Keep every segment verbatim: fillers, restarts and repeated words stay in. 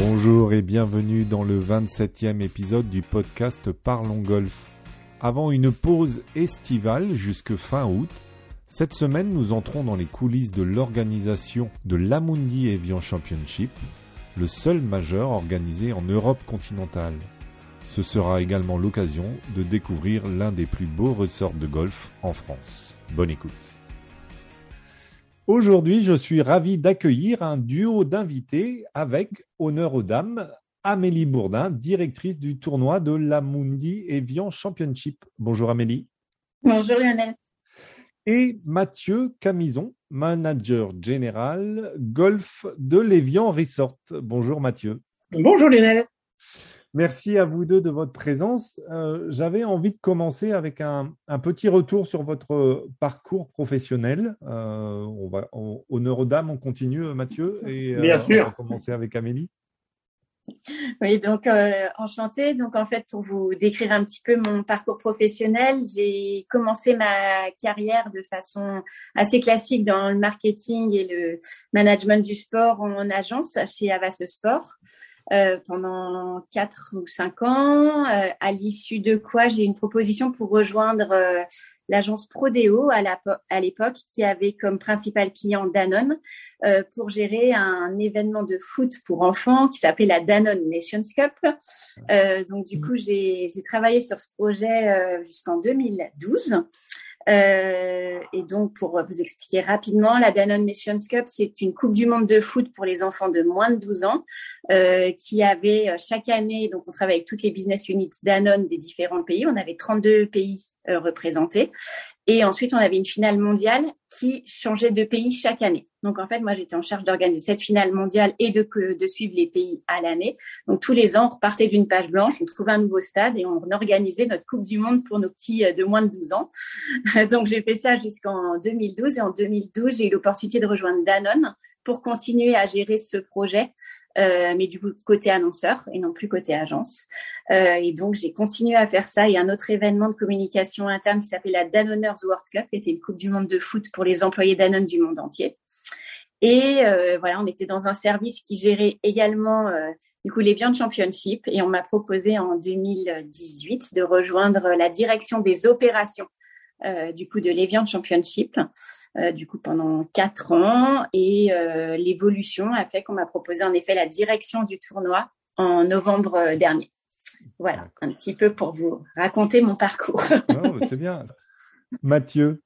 Bonjour et bienvenue dans le vingt-septième épisode du podcast Parlons Golf. Avant une pause estivale jusque fin août, cette semaine nous entrons dans les coulisses de l'organisation de l'Amundi Evian Championship, le seul majeur organisé en Europe continentale. Ce sera également l'occasion de découvrir l'un des plus beaux resorts de golf en France. Bonne écoute. Aujourd'hui, je suis ravi d'accueillir un duo d'invités avec, honneur aux dames, Amélie Bourdin, directrice du tournoi de l'Amundi Evian Championship. Bonjour Amélie. Bonjour Lionel. Et Mathieu Camison, manager général golf de l'Evian Resort. Bonjour Mathieu. Bonjour Lionel. Merci à vous deux de votre présence. Euh, j'avais envie de commencer avec un, un petit retour sur votre parcours professionnel. Euh, on va, on, honneur aux dames, on continue Mathieu et Bien euh, sûr. On va commencer avec Amélie. Oui, donc euh, enchantée. Donc en fait, pour vous décrire un petit peu mon parcours professionnel, j'ai commencé ma carrière de façon assez classique dans le marketing et le management du sport en agence chez Havas Sport. Euh, pendant quatre ou cinq ans, euh, à l'issue de quoi j'ai une proposition pour rejoindre euh, l'agence Prodeo à, la, à l'époque qui avait comme principal client Danone euh, pour gérer un événement de foot pour enfants qui s'appelait la Danone Nations Cup. Euh, donc du coup, j'ai, j'ai travaillé sur ce projet euh, jusqu'en deux mille douze. Euh, et donc, pour vous expliquer rapidement, la Danone Nations Cup, c'est une coupe du monde de foot pour les enfants de moins de douze ans euh, qui avait chaque année, donc on travaille avec toutes les business units Danone des différents pays. On avait trente-deux pays euh, représentés. Et ensuite, on avait une finale mondiale qui changeait de pays chaque année. Donc, en fait, moi, j'étais en charge d'organiser cette finale mondiale et de, de suivre les pays à l'année. Donc, tous les ans, on repartait d'une page blanche, on trouvait un nouveau stade et on organisait notre Coupe du Monde pour nos petits de moins de douze ans. Donc, j'ai fait ça jusqu'en deux mille douze. Et en deux mille douze, j'ai eu l'opportunité de rejoindre Danone pour continuer à gérer ce projet, euh, mais du coup côté annonceur et non plus côté agence. Euh, et donc, j'ai continué à faire ça. Il y a un autre événement de communication interne qui s'appelait la Danoners World Cup, qui était une coupe du monde de foot pour les employés Danone du monde entier. Et euh, voilà, on était dans un service qui gérait également euh, du coup l'Evian Championship. Et on m'a proposé en deux mille dix-huit de rejoindre la direction des opérations Euh, du coup de l'Evian Championship, euh, du coup pendant quatre ans, et euh, l'évolution a fait qu'on m'a proposé en effet la direction du tournoi en novembre dernier. Voilà, D'accord. Un petit peu pour vous raconter mon parcours. Non, c'est bien. Mathieu.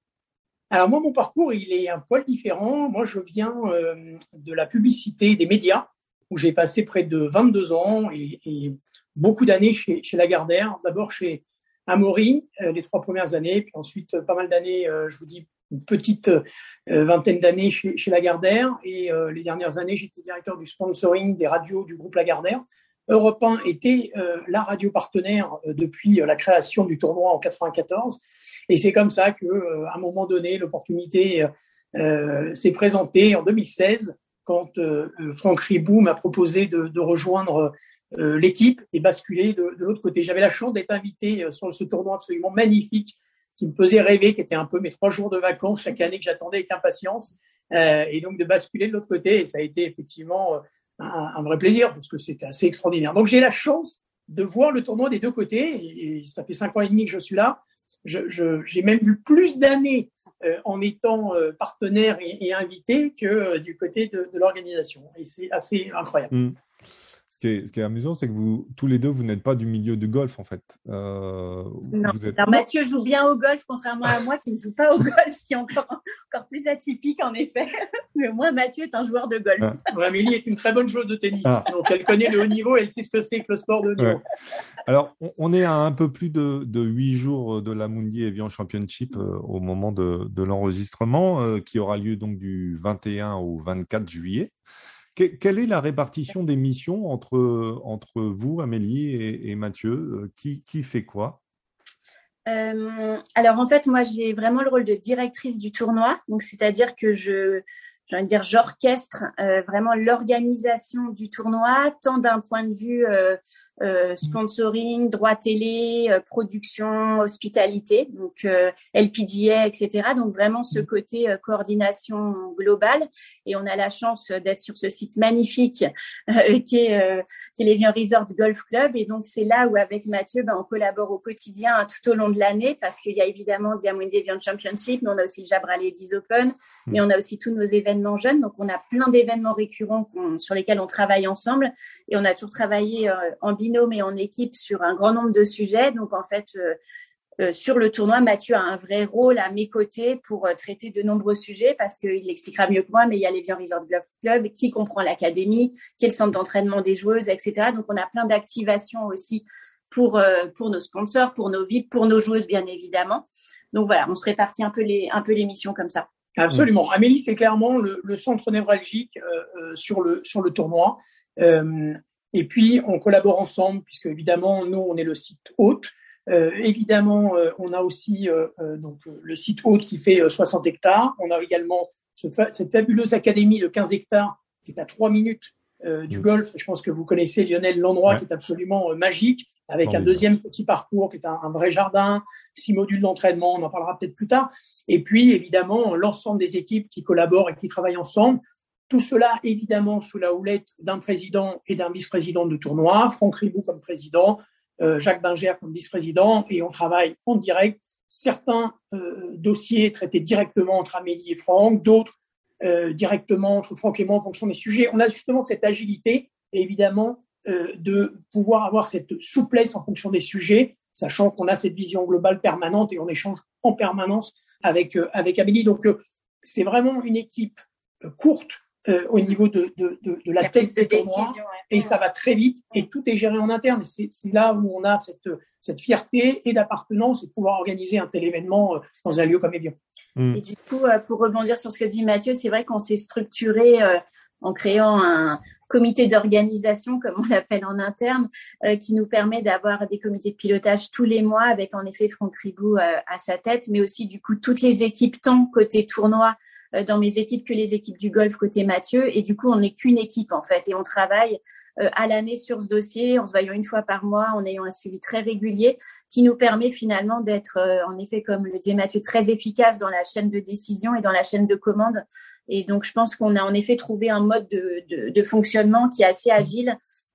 Alors moi, mon parcours, il est un poil différent. Moi, je viens euh, de la publicité, des médias, où j'ai passé près de vingt-deux ans et, et beaucoup d'années chez, chez Lagardère. D'abord chez Amaury, euh, les trois premières années, puis ensuite euh, pas mal d'années, euh, je vous dis une petite euh, vingtaine d'années chez, chez Lagardère, et euh, les dernières années, j'étais directeur du sponsoring des radios du groupe Lagardère. Europe un était euh, la radio partenaire euh, depuis euh, la création du tournoi en quatre-vingt-quatorze, et c'est comme ça que, euh, à un moment donné, l'opportunité euh, s'est présentée en deux mille seize, quand euh, Franck Ribou m'a proposé de, de rejoindre Euh, l'équipe et basculer de, de l'autre côté. J'avais la chance d'être invité euh, sur ce tournoi absolument magnifique qui me faisait rêver, qui était un peu mes trois jours de vacances chaque année que j'attendais avec impatience, euh, et donc de basculer de l'autre côté. Et ça a été effectivement euh, un, un vrai plaisir parce que c'était assez extraordinaire. Donc j'ai la chance de voir le tournoi des deux côtés, et, et ça fait cinq ans et demi que je suis là. Je, je, j'ai même eu plus d'années euh, en étant euh, partenaire et, et invité que euh, du côté de, de l'organisation. Et c'est assez incroyable. Mmh. Ce qui, est, ce qui est amusant, c'est que vous, tous les deux, vous n'êtes pas du milieu du golf, en fait. Euh, non. Vous êtes... Alors, Mathieu joue bien au golf, contrairement à moi qui ne joue pas au golf, ce qui est encore, encore plus atypique, en effet. Mais moi, Mathieu est un joueur de golf. Ah. Amélie est une très bonne joueuse de tennis. Ah. Donc, elle connaît le haut niveau, elle sait ce que c'est que le sport de haut niveau. Ouais. Alors, on, on est à un peu plus de, de huit jours de l'Amundi Evian Championship euh, au moment de, de l'enregistrement, euh, qui aura lieu donc du vingt et un au vingt-quatre juillet. Quelle est la répartition des missions entre, entre vous, Amélie, et, et Mathieu? Qui, qui fait quoi? euh, Alors, en fait, moi, j'ai vraiment le rôle de directrice du tournoi. Donc, c'est-à-dire que je, j'ai envie de dire, j'orchestre euh, vraiment l'organisation du tournoi, tant d'un point de vue euh, euh, sponsoring, droit télé, euh, production, hospitalité, donc euh, L P G A, et cetera. Donc vraiment ce côté euh, coordination globale. Et on a la chance d'être sur ce site magnifique euh, qui est, euh, qui est l'Evian Resort Golf Club. Et donc c'est là où avec Mathieu, ben, on collabore au quotidien hein, tout au long de l'année parce qu'il y a évidemment Diamond Evian Championship, mais on a aussi le Jabra Ladies Open, mais on a aussi tous nos événements jeunes. Donc on a plein d'événements récurrents qu'on, sur lesquels on travaille ensemble. Et on a toujours travaillé euh, en binôme et en équipe sur un grand nombre de sujets. Donc, en fait, euh, euh, sur le tournoi, Mathieu a un vrai rôle à mes côtés pour euh, traiter de nombreux sujets parce qu'il l'expliquera mieux que moi, mais il y a l'Evian Resort Golf Club qui comprend l'académie, qui est le centre d'entraînement des joueuses, et cetera. Donc, on a plein d'activations aussi pour, euh, pour nos sponsors, pour nos V I P, pour nos joueuses, bien évidemment. Donc, voilà, on se répartit un peu les, un peu les missions comme ça. Absolument. Amélie, c'est clairement le, le centre névralgique euh, euh, sur le, sur le tournoi. Euh, Et puis, on collabore ensemble, puisque évidemment, nous, on est le site hôte. Euh, évidemment, euh, on a aussi euh, euh, donc le site hôte qui fait euh, soixante hectares. On a également ce, cette fabuleuse académie de quinze hectares qui est à trois minutes euh, du mmh. golf. Je pense que vous connaissez Lionel, l'endroit ouais. qui est absolument euh, magique, avec oh, un oui. deuxième petit parcours qui est un, un vrai jardin, six modules d'entraînement, on en parlera peut-être plus tard. Et puis, évidemment, l'ensemble des équipes qui collaborent et qui travaillent ensemble. Tout cela, évidemment, sous la houlette d'un président et d'un vice-président de tournoi, Franck Ribou comme président, euh, Jacques Binger comme vice-président, et on travaille en direct. Certains euh, dossiers traités directement entre Amélie et Franck, d'autres euh, directement entre Franck et moi en fonction des sujets. On a justement cette agilité, et évidemment, euh, de pouvoir avoir cette souplesse en fonction des sujets, sachant qu'on a cette vision globale permanente et on échange en permanence avec, euh, avec Amélie. Donc, euh, c'est vraiment une équipe euh, courte, Euh, au niveau de, de, de, de la, la tête du tournoi, ouais. et ça va très vite, et tout est géré en interne. C'est, c'est là où on a cette, cette fierté et d'appartenance et de pouvoir organiser un tel événement euh, dans un lieu comme Evian. Mmh. Et du coup, euh, pour rebondir sur ce que dit Mathieu, c'est vrai qu'on s'est structuré euh, en créant un comité d'organisation, comme on l'appelle en interne, euh, qui nous permet d'avoir des comités de pilotage tous les mois avec en effet Franck Ribou euh, à sa tête, mais aussi du coup toutes les équipes tant côté tournoi euh, dans mes équipes que les équipes du golf côté Mathieu. Et du coup, on n'est qu'une équipe en fait et on travaille euh, à l'année sur ce dossier en se voyant une fois par mois, en ayant un suivi très régulier qui nous permet finalement d'être euh, en effet, comme le disait Mathieu, très efficace dans la chaîne de décision et dans la chaîne de commande. Et donc, je pense qu'on a en effet trouvé un mode de, de, de fonctionnement qui est assez agile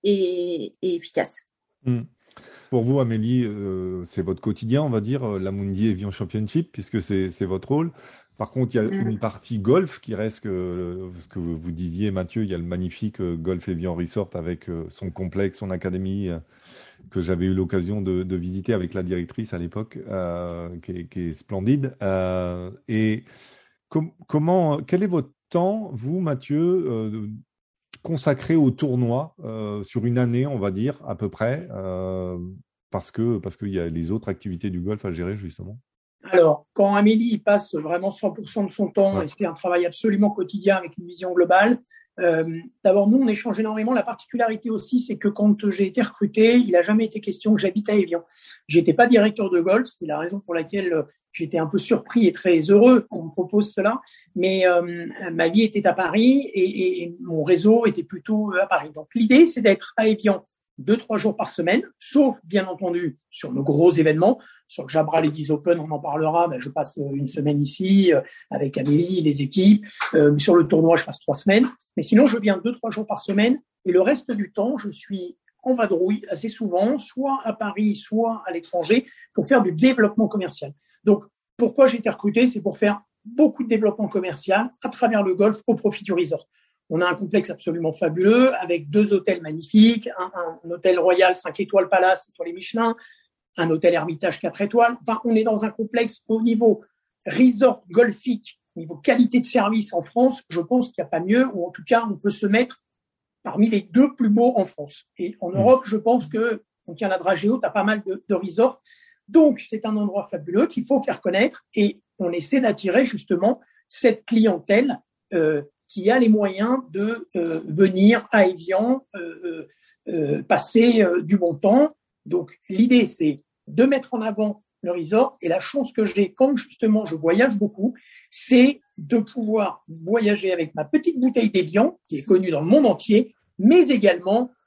et, et efficace. Mmh. Pour vous, Amélie, euh, c'est votre quotidien, on va dire, l'Amundi Evian Championship, puisque c'est, c'est votre rôle. Par contre, il y a mmh. une partie golf qui reste, que, ce que vous disiez, Mathieu, il y a le magnifique Golf Evian Resort avec son complexe, son académie, que j'avais eu l'occasion de, de visiter avec la directrice à l'époque, euh, qui, est, qui est splendide. Euh, et com- comment, quel est votre temps, vous, Mathieu, euh, consacré au tournoi euh, sur une année, on va dire, à peu près, euh, parce que parce qu'il y a les autres activités du golf à gérer, justement? Alors, quand Amélie passe vraiment cent pour cent de son temps, ouais. et c'est un travail absolument quotidien avec une vision globale, euh, d'abord, nous, on échange énormément. La particularité aussi, c'est que quand j'ai été recruté, il n'a jamais été question que j'habite à Evian. J'étais pas directeur de golf, c'est la raison pour laquelle j'étais un peu surpris et très heureux qu'on me propose cela, mais euh, ma vie était à Paris et, et mon réseau était plutôt à Paris. Donc, l'idée, c'est d'être à Evian deux, trois jours par semaine, sauf, bien entendu, sur nos gros événements. Sur le Jabra Ladies Open, on en parlera, ben, je passe une semaine ici euh, avec Amélie, les équipes. Euh, sur le tournoi, je passe trois semaines. Mais sinon, je viens deux, trois jours par semaine. Et le reste du temps, je suis en vadrouille assez souvent, soit à Paris, soit à l'étranger, pour faire du développement commercial. Donc, pourquoi j'ai été recruté? C'est pour faire beaucoup de développement commercial à travers le golf au profit du resort. On a un complexe absolument fabuleux avec deux hôtels magnifiques, un, un hôtel royal cinq étoiles Palace, étoilé Michelin, un hôtel Hermitage quatre étoiles. Enfin, on est dans un complexe au niveau resort golfique, au niveau qualité de service en France. Je pense qu'il n'y a pas mieux, ou en tout cas, on peut se mettre parmi les deux plus beaux en France. Et en Europe, je pense que on tient la dragée haute à pas mal de, de resorts. Donc, c'est un endroit fabuleux qu'il faut faire connaître et on essaie d'attirer justement cette clientèle euh, qui a les moyens de euh, venir à Evian, euh, euh, passer euh, du bon temps. Donc, l'idée, c'est de mettre en avant le resort. Et la chance que j'ai, quand justement je voyage beaucoup, c'est de pouvoir voyager avec ma petite bouteille d'Evian, qui est connue dans le monde entier, mais également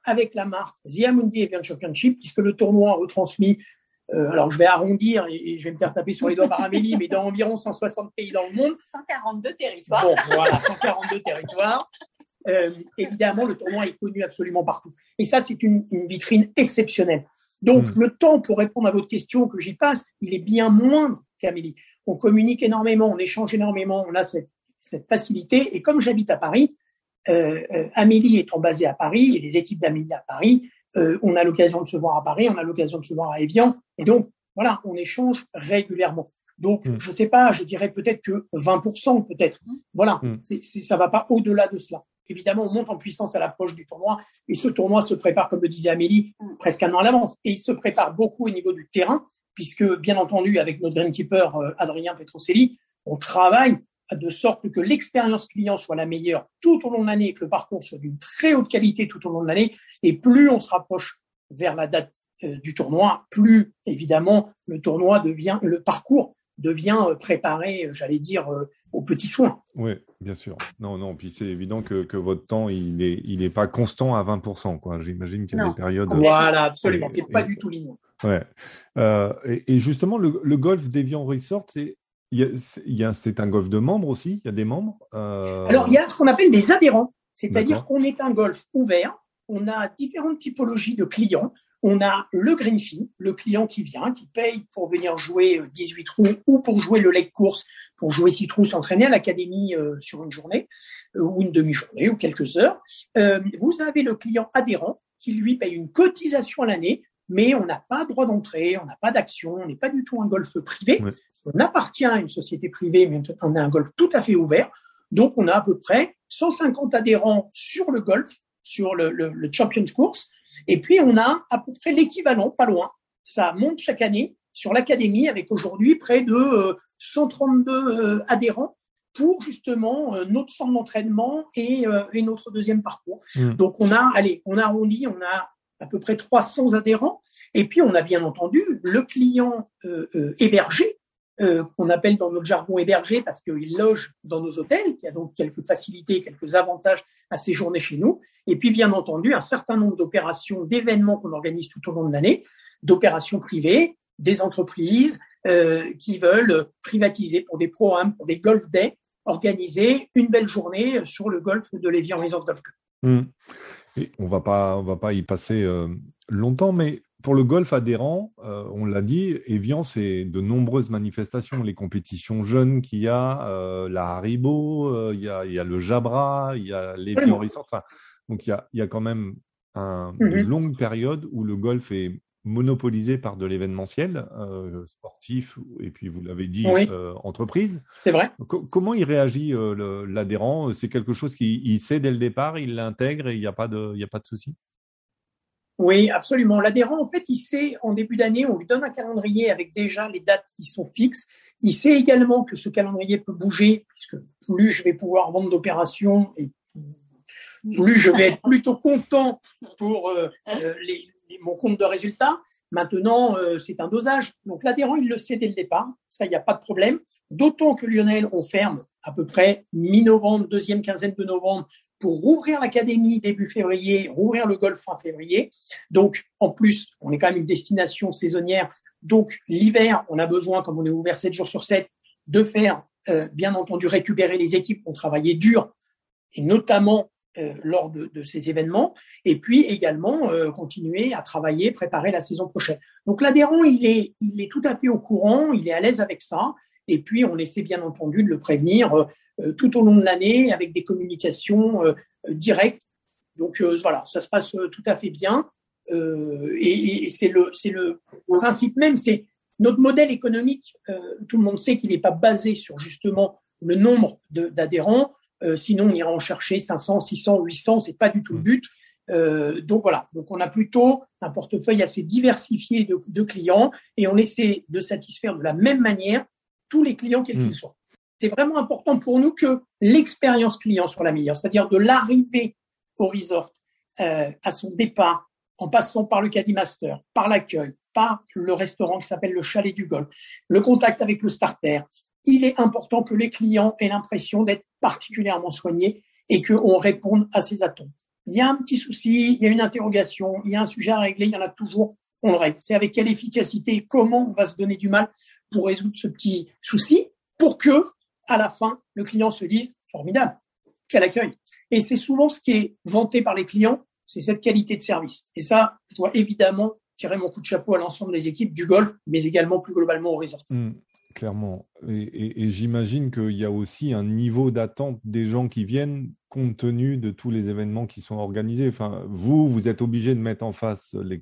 avec la marque The Amundi Evian Championship, puisque le tournoi retransmis, euh, alors je vais arrondir et, et je vais me faire taper sur les doigts par Amélie, mais dans environ cent soixante pays dans le monde. cent quarante-deux territoires. Bon, voilà, cent quarante-deux territoires. Euh, évidemment, le tournoi est connu absolument partout. Et ça, c'est une, une vitrine exceptionnelle. Donc, mmh. le temps pour répondre à votre question que j'y passe, il est bien moindre qu'Amélie. On communique énormément, on échange énormément, on a cette, cette facilité. Et comme j'habite à Paris, euh, euh, Amélie étant basée à Paris et les équipes d'Amélie à Paris, euh, on a l'occasion de se voir à Paris, on a l'occasion de se voir à Évian. Et donc, voilà, on échange régulièrement. Donc, mmh. je sais pas, je dirais peut-être que vingt pour cent, peut-être. Voilà, mmh. c'est, c'est, ça va pas au-delà de cela. Évidemment, on monte en puissance à l'approche du tournoi et ce tournoi se prépare, comme le disait Amélie, presque un an à l'avance. Et il se prépare beaucoup au niveau du terrain, puisque, bien entendu, avec notre greenkeeper euh, Adrien Petrocelli, on travaille de sorte que l'expérience client soit la meilleure tout au long de l'année et que le parcours soit d'une très haute qualité tout au long de l'année. Et plus on se rapproche vers la date euh, du tournoi, plus, évidemment, le tournoi devient, le parcours devient préparé, j'allais dire, euh, aux petits soins. Oui, bien sûr. Non, non. Puis c'est évident que, que votre temps, il est, il est pas constant à vingt pour cent, quoi. J'imagine qu'il y a non. des périodes. Voilà, absolument. Et, c'est et, pas et, du tout linéaire. Ouais. Euh, et, et justement, le, le golf d'Évian Resort, c'est, il y a, c'est, il y a, c'est un golf de membres aussi. Il y a des membres. Euh... Alors, il y a ce qu'on appelle des adhérents, c'est-à-dire D'accord. qu'on est un golf ouvert. On a différentes typologies de clients. On a le green fee, le client qui vient, qui paye pour venir jouer dix-huit trous ou pour jouer le leg course, pour jouer six trous, s'entraîner à l'académie euh, sur une journée euh, ou une demi-journée ou quelques heures. Euh, vous avez le client adhérent qui, lui, paye une cotisation à l'année, mais on n'a pas droit d'entrée, on n'a pas d'action, on n'est pas du tout un golf privé. Ouais. On appartient à une société privée, mais on a un golf tout à fait ouvert. Donc, on a à peu près cent cinquante adhérents sur le golf, sur le, le, le Champions Course. Et puis, on a à peu près l'équivalent, pas loin. Ça monte chaque année sur l'académie avec aujourd'hui près de euh, cent trente-deux euh, adhérents pour justement euh, notre centre d'entraînement et, euh, et notre deuxième parcours. Mmh. Donc, on a, allez, on a arrondi, on a à peu près trois cents adhérents. Et puis, on a bien entendu le client euh, euh, hébergé, euh, qu'on appelle dans notre jargon hébergé parce qu'il loge dans nos hôtels, qui a donc quelques facilités, quelques avantages à séjourner chez nous. Et puis, bien entendu, un certain nombre d'opérations, d'événements qu'on organise tout au long de l'année, d'opérations privées, des entreprises euh, qui veulent privatiser pour des programmes, pour des golf days, organiser une belle journée sur le golf de l'Évian Resort Golf Club. Mmh. Et on va pas, on va pas y passer euh, longtemps, mais pour le golf adhérent, euh, on l'a dit, Évian, c'est de nombreuses manifestations, les compétitions jeunes qu'il y a, euh, la Haribo, euh, il y a, il y a le Jabra, il y a l'Évian Resort. Enfin, donc il y a, il y a quand même un, mm-hmm. une longue période où le golf est monopolisé par de l'événementiel euh, sportif et puis vous l'avez dit oui. euh, entreprise. C'est vrai. Co- comment il réagit euh, le, l'adhérent? C'est quelque chose qu'il sait dès le départ, il l'intègre et il n'y a pas de, il y a pas de souci? Oui, absolument. L'adhérent, en fait, il sait, en début d'année, on lui donne un calendrier avec déjà les dates qui sont fixes. Il sait également que ce calendrier peut bouger, puisque plus je vais pouvoir vendre d'opérations et plus je vais être plutôt content pour euh, les, les, mon compte de résultats. Maintenant, euh, c'est un dosage. Donc, l'adhérent, il le sait dès le départ. Ça, il n'y a pas de problème. D'autant que Lionel, on ferme à peu près mi-novembre, deuxième quinzaine de novembre, pour rouvrir l'académie début février, rouvrir le golf fin février. Donc, en plus, on est quand même une destination saisonnière. Donc, l'hiver, on a besoin, comme on est ouvert sept jours sur sept, de faire, euh, bien entendu, récupérer les équipes qui ont travaillé dur, et notamment euh, lors de, de ces événements, et puis également euh, continuer à travailler, préparer la saison prochaine. Donc, l'adhérent, il est, il est tout à fait au courant, il est à l'aise avec ça, et puis on essaie bien entendu de le prévenir euh, tout au long de l'année avec des communications euh, directes. Donc euh, voilà, ça se passe tout à fait bien. Euh, et, et c'est le, c'est le principe même, c'est notre modèle économique. Euh, tout le monde sait qu'il n'est pas basé sur justement le nombre de, d'adhérents. Euh, sinon, on ira en chercher cinq cents, six cents, huit cents. C'est pas du tout le but. Euh, donc voilà. Donc on a plutôt un portefeuille assez diversifié de, de clients et on essaie de satisfaire de la même manière tous les clients quels qu'ils soient. C'est vraiment important pour nous que l'expérience client soit la meilleure, c'est-à-dire de l'arrivée au resort euh, à son départ, en passant par le Caddy Master, par l'accueil, par le restaurant qui s'appelle le Chalet du Golf, le contact avec le starter. Il est important que les clients aient l'impression d'être particulièrement soignés et qu'on réponde à ces attentes. il y a un petit souci, il y a une interrogation, il y a un sujet à régler, il y en a toujours, on le règle. C'est avec quelle efficacité, comment on va se donner du mal pour résoudre ce petit souci, pour que, à la fin, le client se dise formidable, quel accueil. Et c'est souvent ce qui est vanté par les clients, c'est cette qualité de service. Et ça, je dois évidemment tirer mon coup de chapeau à l'ensemble des équipes du golf, mais également plus globalement au resort. Mmh, clairement. Et, et, et j'imagine qu'il y a aussi un niveau d'attente des gens qui viennent compte tenu de tous les événements qui sont organisés. Enfin, vous, vous êtes obligé de mettre en face les,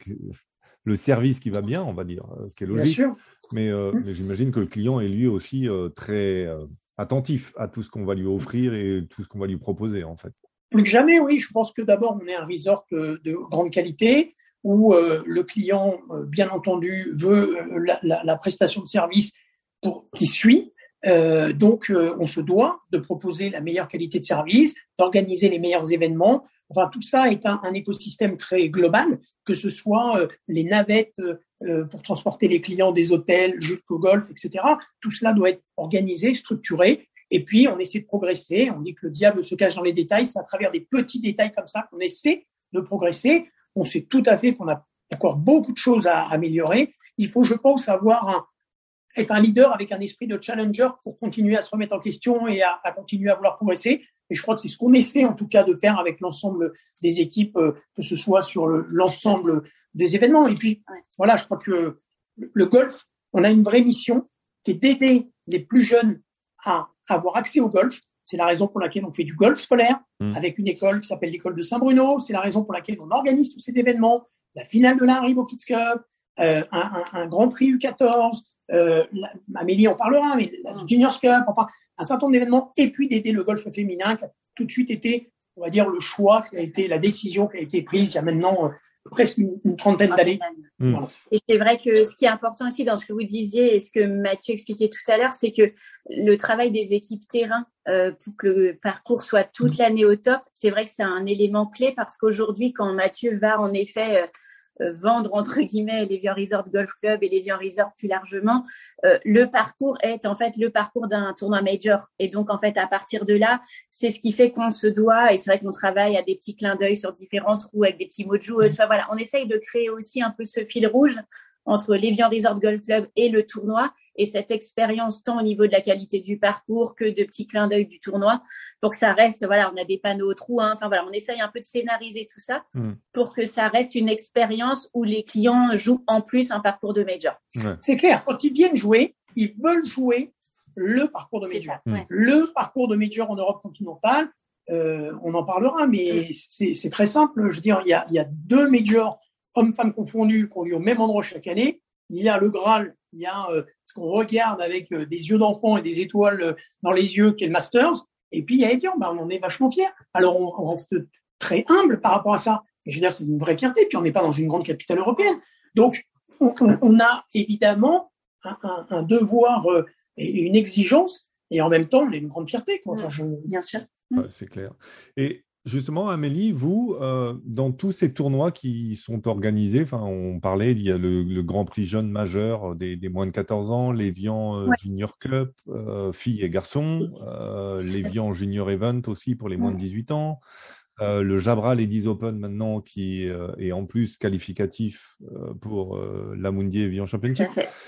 le service qui va bien, on va dire, ce qui est logique. Bien sûr. Mais, euh, mmh. mais j'imagine que le client est lui aussi euh, très euh, attentif à tout ce qu'on va lui offrir et tout ce qu'on va lui proposer, en fait. Plus que jamais, oui. Je pense que d'abord, on est un resort de, de grande qualité où euh, le client, euh, bien entendu, veut euh, la, la, la prestation de service pour, qui suit. Euh, donc, euh, on se doit de proposer la meilleure qualité de service, d'organiser les meilleurs événements. Enfin, tout ça est un, un écosystème très global, que ce soit euh, les navettes euh, pour transporter les clients des hôtels jusqu'au golf, et cetera. Tout cela doit être organisé, structuré. Et puis, on essaie de progresser. On dit que le diable se cache dans les détails. C'est à travers des petits détails comme ça qu'on essaie de progresser. On sait tout à fait qu'on a encore beaucoup de choses à améliorer. Il faut, je pense, avoir un, être un leader avec un esprit de challenger pour continuer à se remettre en question et à, à continuer à vouloir progresser. Et je crois que c'est ce qu'on essaie, en tout cas, de faire avec l'ensemble des équipes, que ce soit sur le, l'ensemble des événements. Et puis, voilà, je crois que le golf, on a une vraie mission qui est d'aider les plus jeunes à avoir accès au golf. C'est la raison pour laquelle on fait du golf scolaire mmh. avec une école qui s'appelle l'école de Saint-Bruno. C'est la raison pour laquelle on organise tous ces événements, la finale de la Haribo Kids Cup, euh, un, un, un Grand Prix U quatorze, euh, la, Amélie en parlera, mais la Juniors Cup, enfin un certain nombre d'événements, et puis d'aider le golf féminin qui a tout de suite été, on va dire, le choix qui a été, la décision qui a été prise il y a maintenant euh, presque une, une trentaine d'années. Mmh. Voilà. Et c'est vrai que ce qui est important aussi dans ce que vous disiez et ce que Mathieu expliquait tout à l'heure, c'est que le travail des équipes terrain euh, pour que le parcours soit toute l'année au top, c'est vrai que c'est un élément clé parce qu'aujourd'hui, quand Mathieu va en effet euh, euh, vendre entre guillemets l'Evian Resort Golf Club et l'Evian Resort plus largement, euh, le parcours est en fait le parcours d'un tournoi major. Et donc en fait à partir de là, c'est ce qui fait qu'on se doit, et c'est vrai qu'on travaille à des petits clins d'œil sur différents trous avec des petits mots de joue. Enfin, voilà, on essaye de créer aussi un peu ce fil rouge entre l'Evian Resort Golf Club et le tournoi, et cette expérience tant au niveau de la qualité du parcours que de petits clins d'œil du tournoi, pour que ça reste, voilà, on a des panneaux au trou, hein, enfin voilà, on essaye un peu de scénariser tout ça mmh. pour que ça reste une expérience où les clients jouent en plus un parcours de major. Ouais. C'est clair, quand ils viennent jouer, ils veulent jouer le parcours de major. Ça, ouais. Le parcours de major en Europe continentale, euh, on en parlera, mais c'est, c'est très simple. Je veux dire, il y a, il y a deux majors hommes-femmes confondus, qui ont lieu au même endroit chaque année. Il y a le Graal, il y a euh, ce qu'on regarde avec euh, des yeux d'enfant et des étoiles euh, dans les yeux, qui est le Masters. Et puis, il y a Evian, ben, on en est vachement fiers. Alors, on, on reste très humble par rapport à ça. Et je veux dire, c'est une vraie fierté. Puis, on n'est pas dans une grande capitale européenne. Donc, on, on, on a évidemment un, un, un devoir euh, et une exigence. Et en même temps, on a une grande fierté. Quoi. Enfin, je... Bien sûr. Ouais, c'est clair. Et justement, Amélie, vous, euh, dans tous ces tournois qui sont organisés, enfin, on parlait, il y a le, le Grand Prix jeune majeur des, des moins de quatorze ans, l'Evian euh, ouais. Junior Cup, euh, filles et garçons, euh, l'Evian Junior Event aussi pour les moins de dix-huit ans, euh, le Jabra Ladies Open maintenant qui euh, est en plus qualificatif euh, pour euh, l'Amundi Evian Championship.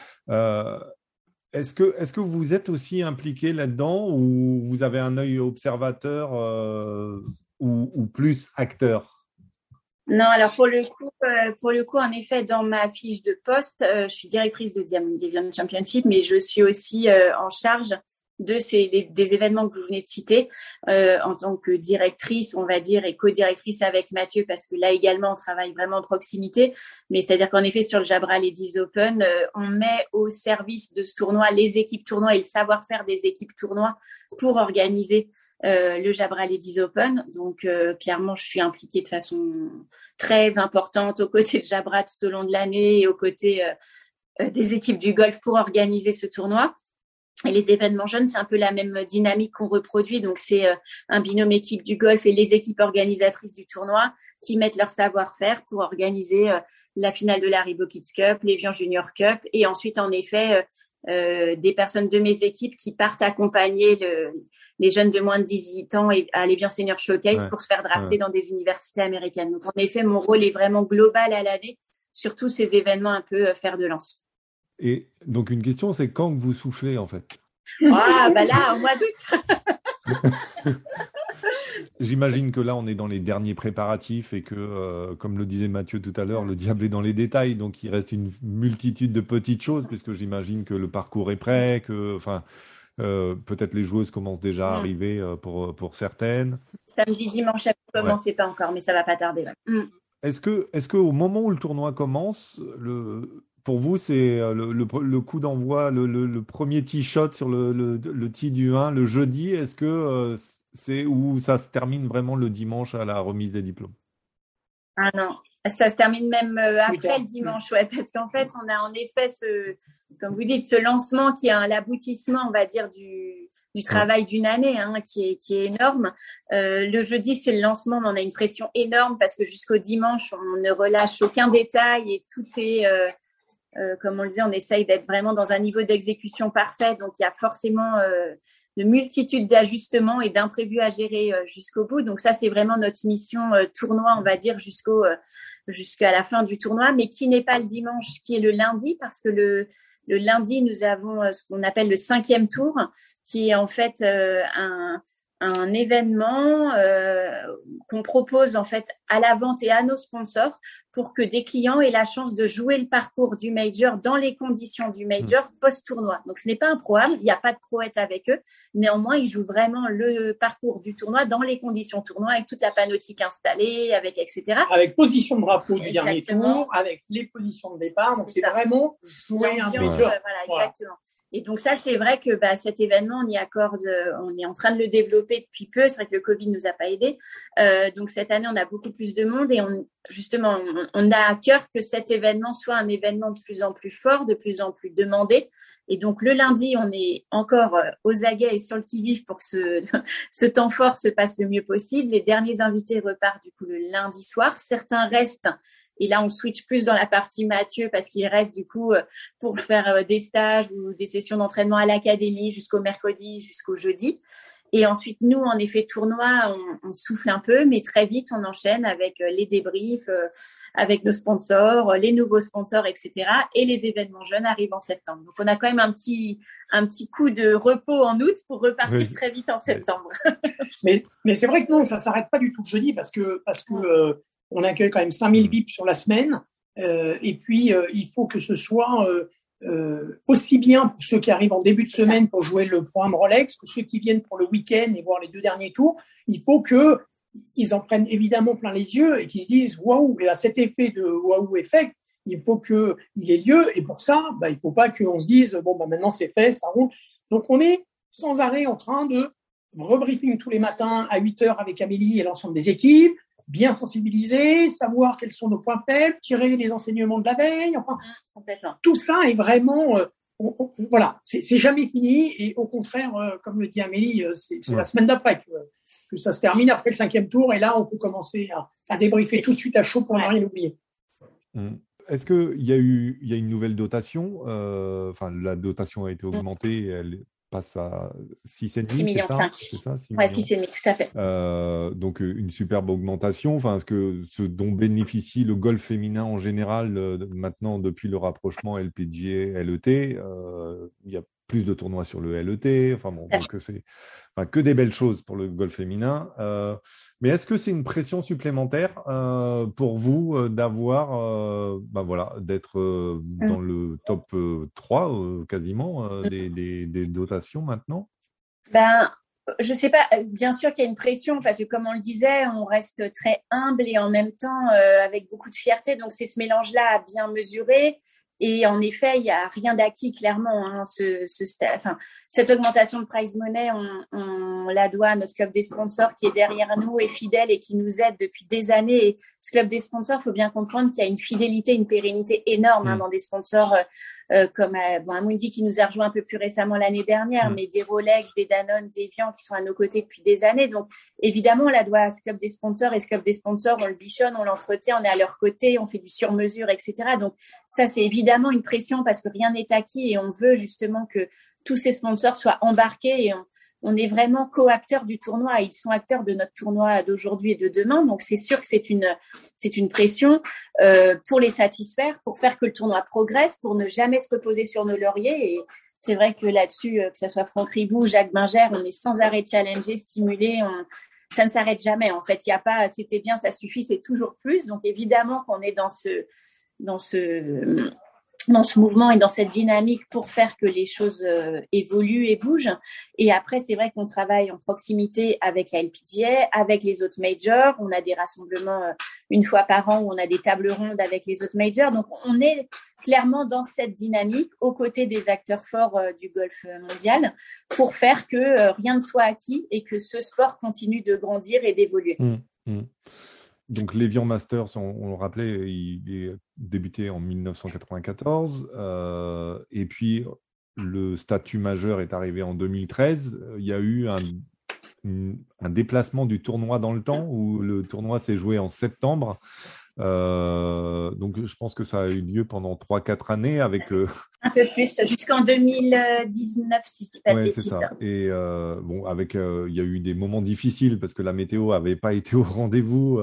Euh, Est-ce que, est-ce que vous êtes aussi impliqué là-dedans ou vous avez un œil observateur euh, ou, ou plus acteur? Non, alors pour le coup, euh, pour le coup, en effet, dans ma fiche de poste, euh, je suis directrice de Diamond Evian Championship, mais je suis aussi euh, en charge de ces des, des événements que vous venez de citer euh, en tant que directrice, on va dire, et co-directrice avec Mathieu, parce que là également on travaille vraiment en proximité. Mais c'est-à-dire qu'en effet sur le Jabra Ladies Open, euh, on met au service de ce tournoi les équipes tournois et le savoir-faire des équipes tournois pour organiser euh, le Jabra Ladies Open. Donc euh, clairement, je suis impliquée de façon très importante aux côtés de Jabra tout au long de l'année et aux côtés euh, euh, des équipes du golf pour organiser ce tournoi. Et les événements jeunes, c'est un peu la même dynamique qu'on reproduit. Donc, c'est euh, un binôme équipe du golf et les équipes organisatrices du tournoi qui mettent leur savoir-faire pour organiser euh, la finale de la Haribo Kids Cup, l'Evian Junior Cup et ensuite, en effet, euh, euh, des personnes de mes équipes qui partent accompagner le, les jeunes de moins de dix-huit ans et, à l'Evian Senior Showcase ouais. pour se faire drafter ouais. dans des universités américaines. Donc, en effet, mon rôle est vraiment global à l'année sur tous ces événements un peu euh, fer de lance. Et donc, une question, c'est quand que vous soufflez, en fait? Ah, bah là, au mois d'août. J'imagine que là, on est dans les derniers préparatifs et que, euh, comme le disait Mathieu tout à l'heure, le diable est dans les détails. Donc, il reste une multitude de petites choses, puisque j'imagine que le parcours est prêt, que, enfin, euh, peut-être les joueuses commencent déjà à mmh. arriver euh, pour, pour certaines. Samedi, dimanche, ça ne commence ouais. pas encore, mais ça ne va pas tarder. Ouais. Mmh. Est-ce que, est-ce qu'au moment où le tournoi commence, le... Pour vous, c'est le, le, le coup d'envoi, le, le, le premier tee shot sur le, le, le tee du un, le jeudi. Est-ce que euh, c'est où ça se termine vraiment le dimanche à la remise des diplômes? Ah non, ça se termine même euh, après le dimanche, ouais, parce qu'en fait, on a en effet ce, comme vous dites, ce lancement qui est un, l'aboutissement, on va dire, du, du travail d'une année, hein, qui est, qui est énorme. Euh, le jeudi, c'est le lancement, mais on a une pression énorme parce que jusqu'au dimanche, on ne relâche aucun détail et tout est euh, Euh, comme on le disait, on essaye d'être vraiment dans un niveau d'exécution parfait. Donc, il y a forcément euh, de multitudes d'ajustements et d'imprévus à gérer euh, jusqu'au bout. Donc, ça, c'est vraiment notre mission euh, tournoi, on va dire, jusqu'au euh, jusqu'à la fin du tournoi, mais qui n'est pas le dimanche, qui est le lundi, parce que le le lundi, nous avons euh, ce qu'on appelle le cinquième tour, qui est en fait euh, un un événement euh, qu'on propose en fait à la vente et à nos sponsors pour que des clients aient la chance de jouer le parcours du major dans les conditions du major mmh. post-tournoi. Donc, ce n'est pas un pro-am, il n'y a pas de pro-être avec eux. Néanmoins, ils jouent vraiment le parcours du tournoi dans les conditions tournoi avec toute la panoptique installée, avec et cetera. Avec position de drapeau du dernier tour, avec les positions de départ. Donc, c'est, c'est vraiment jouer un major. Voilà, voilà, exactement. Et donc ça, c'est vrai que bah, cet événement, on y accorde, on est en train de le développer depuis peu. C'est vrai que le Covid nous a pas aidés. Euh, donc cette année, on a beaucoup plus de monde et on, justement, on, on a à cœur que cet événement soit un événement de plus en plus fort, de plus en plus demandé. Et donc le lundi, on est encore aux aguets et sur le qui-vive pour que ce, ce temps fort se passe le mieux possible. Les derniers invités repartent du coup le lundi soir. Certains restent. Et là, on switch plus dans la partie Mathieu parce qu'il reste du coup pour faire des stages ou des sessions d'entraînement à l'académie jusqu'au mercredi, jusqu'au jeudi. Et ensuite, nous, en effet, tournoi, on, on souffle un peu, mais très vite, on enchaîne avec les débriefs, avec nos sponsors, les nouveaux sponsors, et cetera. Et les événements jeunes arrivent en septembre. Donc, on a quand même un petit, un petit coup de repos en août pour repartir oui. très vite en septembre. mais, mais c'est vrai que non, ça s'arrête pas du tout le jeudi parce que, parce que, euh, on accueille quand même cinq mille V I P sur la semaine. Euh, et puis, euh, il faut que ce soit euh, euh, aussi bien pour ceux qui arrivent en début de semaine pour jouer le programme Rolex que ceux qui viennent pour le week-end et voir les deux derniers tours. Il faut que ils en prennent évidemment plein les yeux et qu'ils se disent « waouh ». Et à cet effet de « waouh effect », il faut qu'il ait lieu. Et pour ça, bah, il ne faut pas qu'on se dise « bon, bah, maintenant c'est fait, ça roule ». Donc, on est sans arrêt en train de rebriefing tous les matins à huit heures avec Amélie et l'ensemble des équipes, bien sensibiliser, savoir quels sont nos points faibles, tirer les enseignements de la veille. Enfin, complètement. Tout ça est vraiment, euh, on, on, voilà, c'est, c'est jamais fini. Et au contraire, euh, comme le dit Amélie, euh, c'est, c'est ouais. la semaine d'après que, que ça se termine après le cinquième tour. Et là, on peut commencer à, à débriefer tout de suite à chaud pour ouais. ne rien oublier. Mmh. Est-ce qu'il y a eu, il y a une nouvelle dotation? euh, Enfin, la dotation a été augmentée. Mmh. Elle passe à six virgule cinq millions, c'est ça, c'est ça six ouais, six virgule cinq, tout à fait. Euh, donc, une superbe augmentation. Enfin, ce, que, ce dont bénéficie le golf féminin en général, euh, maintenant, depuis le rapprochement L P G A L E T, euh, il y a plus de tournois sur le L E T. Enfin, bon, donc c'est enfin, que des belles choses pour le golf féminin. Euh, mais est-ce que c'est une pression supplémentaire euh, pour vous euh, d'avoir, euh, ben voilà, d'être euh, mmh. dans le top euh, trois euh, quasiment euh, mmh. des, des, des dotations maintenant? Ben, je sais pas. Bien sûr qu'il y a une pression parce que, comme on le disait, on reste très humble et en même temps euh, avec beaucoup de fierté. Donc, c'est ce mélange-là à bien mesurer. Et en effet, il n'y a rien d'acquis, clairement. Hein, ce, ce, enfin, cette augmentation de prize money, on, on la doit à notre club des sponsors qui est derrière nous et fidèle et qui nous aide depuis des années. Et ce club des sponsors, il faut bien comprendre qu'il y a une fidélité, une pérennité énorme hein, dans des sponsors euh, comme euh, bon, Amundi qui nous a rejoint un peu plus récemment l'année dernière, mmh. mais des Rolex, des Danone, des Evian qui sont à nos côtés depuis des années. Donc, évidemment, on la doit à ce club des sponsors et ce club des sponsors, on le bichonne, on l'entretient, on est à leur côté, on fait du sur-mesure, et cetera. Donc, ça, c'est évidemment une pression parce que rien n'est acquis et on veut justement que tous ces sponsors soient embarqués et on, on est vraiment co-acteurs du tournoi. Ils sont acteurs de notre tournoi d'aujourd'hui et de demain. Donc, c'est sûr que c'est une, c'est une pression euh, pour les satisfaire, pour faire que le tournoi progresse, pour ne jamais se reposer sur nos lauriers. Et c'est vrai que là-dessus, que ce soit Franck Ribou, Jacques Binger, on est sans arrêt challengé, stimulé. On, ça ne s'arrête jamais. En fait, il n'y a pas, c'était bien, ça suffit, c'est toujours plus. Donc, évidemment qu'on est dans ce, dans ce, dans ce mouvement et dans cette dynamique pour faire que les choses euh, évoluent et bougent. Et après, c'est vrai qu'on travaille en proximité avec la L P G A, avec les autres majors. On a des rassemblements euh, une fois par an où on a des tables rondes avec les autres majors. Donc, on est clairement dans cette dynamique aux côtés des acteurs forts euh, du golf mondial pour faire que euh, rien ne soit acquis et que ce sport continue de grandir et d'évoluer. Mmh, mmh. Donc, l'Evian Masters, on, on le rappelait, il est débuté en dix-neuf cent quatre-vingt-quatorze. Euh, et puis, le statut majeur est arrivé en deux mille treize. Il y a eu un, une, un déplacement du tournoi dans le temps où le tournoi s'est joué en septembre. Euh, donc, je pense que ça a eu lieu pendant trois quatre années avec le... Un peu plus, jusqu'en deux mille dix-neuf, si je ne dis pas de ouais, bêtises. C'est ça. Et euh, bon, avec, euh, il y a eu des moments difficiles parce que la météo n'avait pas été au rendez-vous.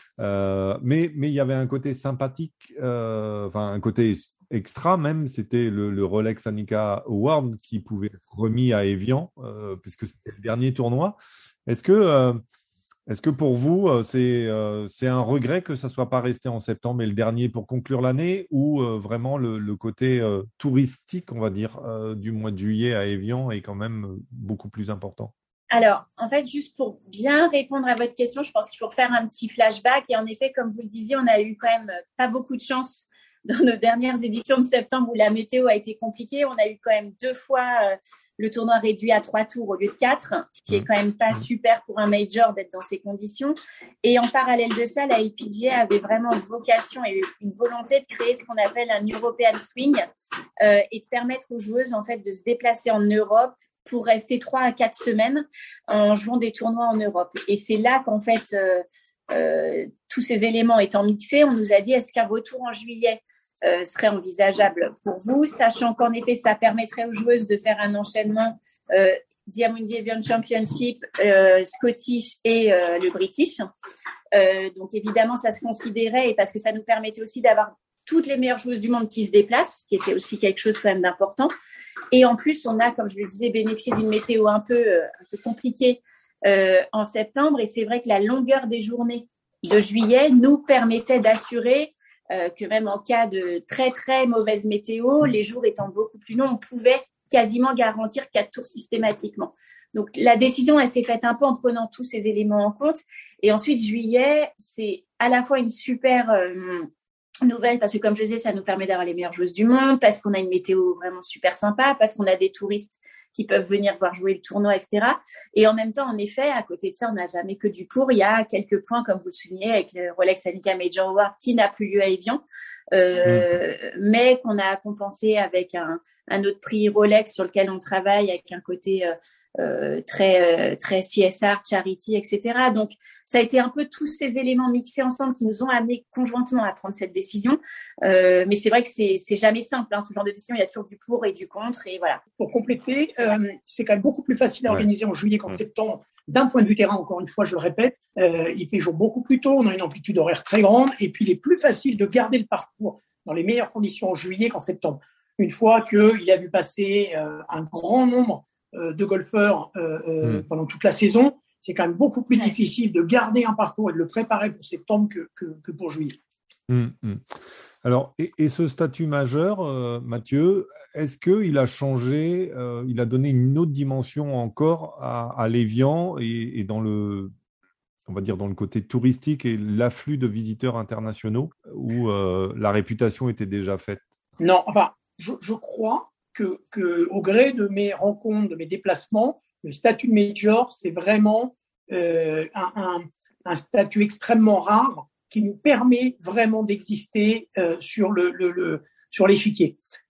Euh, mais, mais il y avait un côté sympathique, euh, enfin, un côté extra même, c'était le, le Rolex Anika Award qui pouvait être remis à Evian, euh, puisque c'était le dernier tournoi. Est-ce que... Euh, Est-ce que pour vous, c'est, euh, c'est un regret que ça ne soit pas resté en septembre et le dernier pour conclure l'année ou euh, vraiment le, le côté euh, touristique, on va dire, euh, du mois de juillet à Evian est quand même beaucoup plus important? Alors, en fait, juste pour bien répondre à votre question, je pense qu'il faut faire un petit flashback. Et en effet, comme vous le disiez, on a eu quand même pas beaucoup de chance dans nos dernières éditions de septembre où la météo a été compliquée. On a eu quand même deux fois euh, le tournoi réduit à trois tours au lieu de quatre, ce qui est quand même pas super pour un major d'être dans ces conditions. Et en parallèle de ça, la L P G A avait vraiment vocation et une volonté de créer ce qu'on appelle un European Swing euh, et de permettre aux joueuses en fait de se déplacer en Europe pour rester trois à quatre semaines en jouant des tournois en Europe. Et c'est là qu'en fait, euh, euh, tous ces éléments étant mixés, on nous a dit est-ce qu'un retour en juillet Euh, serait envisageable pour vous, sachant qu'en effet, ça permettrait aux joueuses de faire un enchaînement euh, Diamundi Evian Championship, euh, Scottish et euh, le British. Euh, donc évidemment, ça se considérait et parce que ça nous permettait aussi d'avoir toutes les meilleures joueuses du monde qui se déplacent, ce qui était aussi quelque chose quand même d'important. Et en plus, on a, comme je le disais, bénéficié d'une météo un peu, euh, un peu compliquée euh, en septembre. Et c'est vrai que la longueur des journées de juillet nous permettait d'assurer Euh, que même en cas de très très mauvaise météo, les jours étant beaucoup plus longs, on pouvait quasiment garantir quatre tours systématiquement. Donc la décision, elle s'est faite un peu en prenant tous ces éléments en compte. Et ensuite, juillet, c'est à la fois une super euh, nouvelle parce que comme je disais, ça nous permet d'avoir les meilleures joueuses du monde, parce qu'on a une météo vraiment super sympa, parce qu'on a des touristes qui peuvent venir voir jouer le tournoi, et cetera. Et en même temps, en effet, à côté de ça, on n'a jamais que du pour. Il y a quelques points, comme vous le soulignez, avec le Rolex Anika Major Award qui n'a plus lieu à Evian, euh, mmh. mais qu'on a compensé avec un, un autre prix Rolex sur lequel on travaille, avec un côté euh, euh, très euh, très C S R, charity, et cetera. Donc, ça a été un peu tous ces éléments mixés ensemble qui nous ont amenés conjointement à prendre cette décision. Euh, mais c'est vrai que c'est c'est jamais simple, hein, ce genre de décision. Il y a toujours du pour et du contre, et voilà. Pour compléter, euh, c'est quand même beaucoup plus facile à ouais. organiser en juillet qu'en ouais. septembre. D'un point de vue terrain, encore une fois, je le répète, euh, il fait jour beaucoup plus tôt, on a une amplitude horaire très grande, et puis il est plus facile de garder le parcours dans les meilleures conditions en juillet qu'en septembre. Une fois qu'il a vu passer euh, un grand nombre euh, de golfeurs euh, euh, mmh. pendant toute la saison, c'est quand même beaucoup plus ouais. difficile de garder un parcours et de le préparer pour septembre que, que, que pour juillet. Mmh, mmh. Alors, et, et ce statut majeur, euh, Mathieu, est-ce qu'il a changé, euh, il a donné une autre dimension encore à, à l'Evian et, et dans le, on va dire dans le côté touristique et l'afflux de visiteurs internationaux où euh, la réputation était déjà faite? Non, enfin, je, je crois que, que au gré de mes rencontres, de mes déplacements, le statut de major, c'est vraiment euh, un, un, un statut extrêmement rare qui nous permet vraiment d'exister euh, sur le, le, le sur l'échiquier.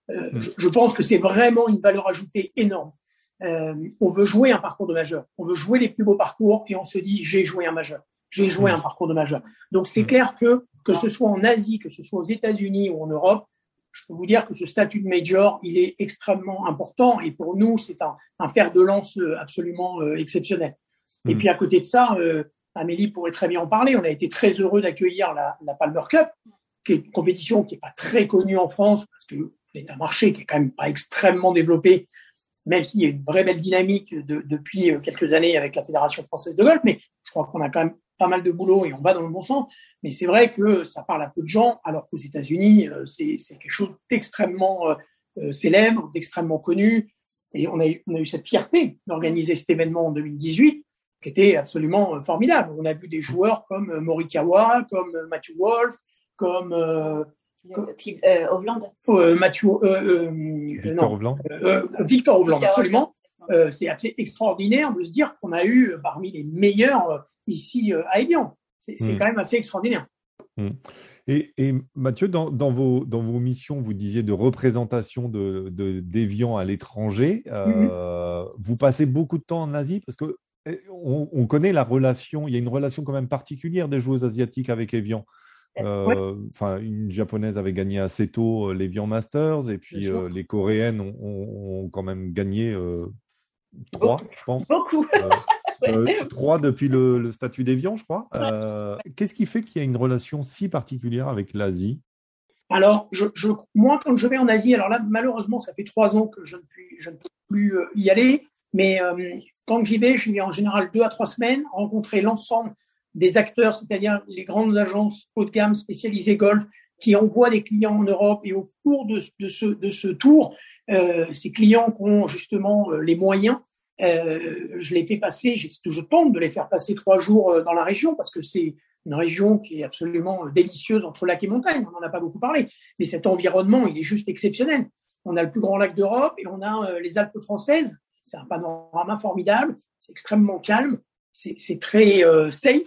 Euh, mmh. je, je pense que c'est vraiment une valeur ajoutée énorme. Euh, on veut jouer un parcours de majeur, on veut jouer les plus beaux parcours et on se dit j'ai joué un majeur, j'ai joué mmh. un parcours de majeur. Donc c'est mmh. clair que que ce soit en Asie, que ce soit aux États-Unis ou en Europe, je peux vous dire que ce statut de major, il est extrêmement important et pour nous c'est un, un fer de lance absolument euh, exceptionnel. Mmh. Et puis à côté de ça, euh, Amélie pourrait très bien en parler. On a été très heureux d'accueillir la, la Palmer Cup, qui est une compétition qui n'est pas très connue en France parce que c'est un marché qui est quand même pas extrêmement développé, même s'il y a une vraie belle dynamique de, depuis quelques années avec la Fédération française de golf, mais je crois qu'on a quand même pas mal de boulot et on va dans le bon sens. Mais c'est vrai que ça parle à peu de gens, alors qu'aux États-Unis, c'est, c'est quelque chose d'extrêmement euh, célèbre, d'extrêmement connu. Et on a, eu, on a eu cette fierté d'organiser cet événement en deux mille dix-huit, qui était absolument formidable. On a vu des joueurs comme Morikawa, comme Matthew Wolff, comme euh, Euh, Hovland. Euh, Mathieu, euh, euh, Victor Hovland. Euh, Victor Hovland, absolument. Euh, c'est assez extraordinaire de se dire qu'on a eu parmi les meilleurs euh, ici euh, à Évian. C'est, c'est mmh. quand même assez extraordinaire. Mmh. Et, et Mathieu, dans, dans, vos, dans vos missions, vous disiez de représentation de, de, d'Évian à l'étranger. Euh, mmh. Vous passez beaucoup de temps en Asie parce que on, on connaît la relation, il y a une relation quand même particulière des joueuses asiatiques avec Évian. Euh, enfin, ouais. Une japonaise avait gagné assez tôt l'Évian Masters et puis euh, les coréennes ont, ont, ont quand même gagné euh, trois, beaucoup. je pense. Beaucoup. Euh, euh, trois depuis le, le statut d'Évian, je crois. Euh, qu'est-ce qui fait qu'il y a une relation si particulière avec l'Asie ? Alors, je, je, moi, quand je vais en Asie, alors là, malheureusement, ça fait trois ans que je ne, puis, je ne peux plus euh, y aller, mais euh, quand j'y vais, je vais en général deux à trois semaines rencontrer l'ensemble des acteurs, c'est-à-dire les grandes agences haut de gamme spécialisées golf qui envoient des clients en Europe. Et au cours de, de, ce, de ce tour, euh, ces clients qui ont justement euh, les moyens, euh, je les fais passer, je, je tente de les faire passer trois jours euh, dans la région parce que c'est une région qui est absolument délicieuse entre lac et montagne. On n'en a pas beaucoup parlé, mais cet environnement, il est juste exceptionnel. On a le plus grand lac d'Europe et on a euh, les Alpes françaises. C'est un panorama formidable, c'est extrêmement calme, c'est, c'est très euh, safe.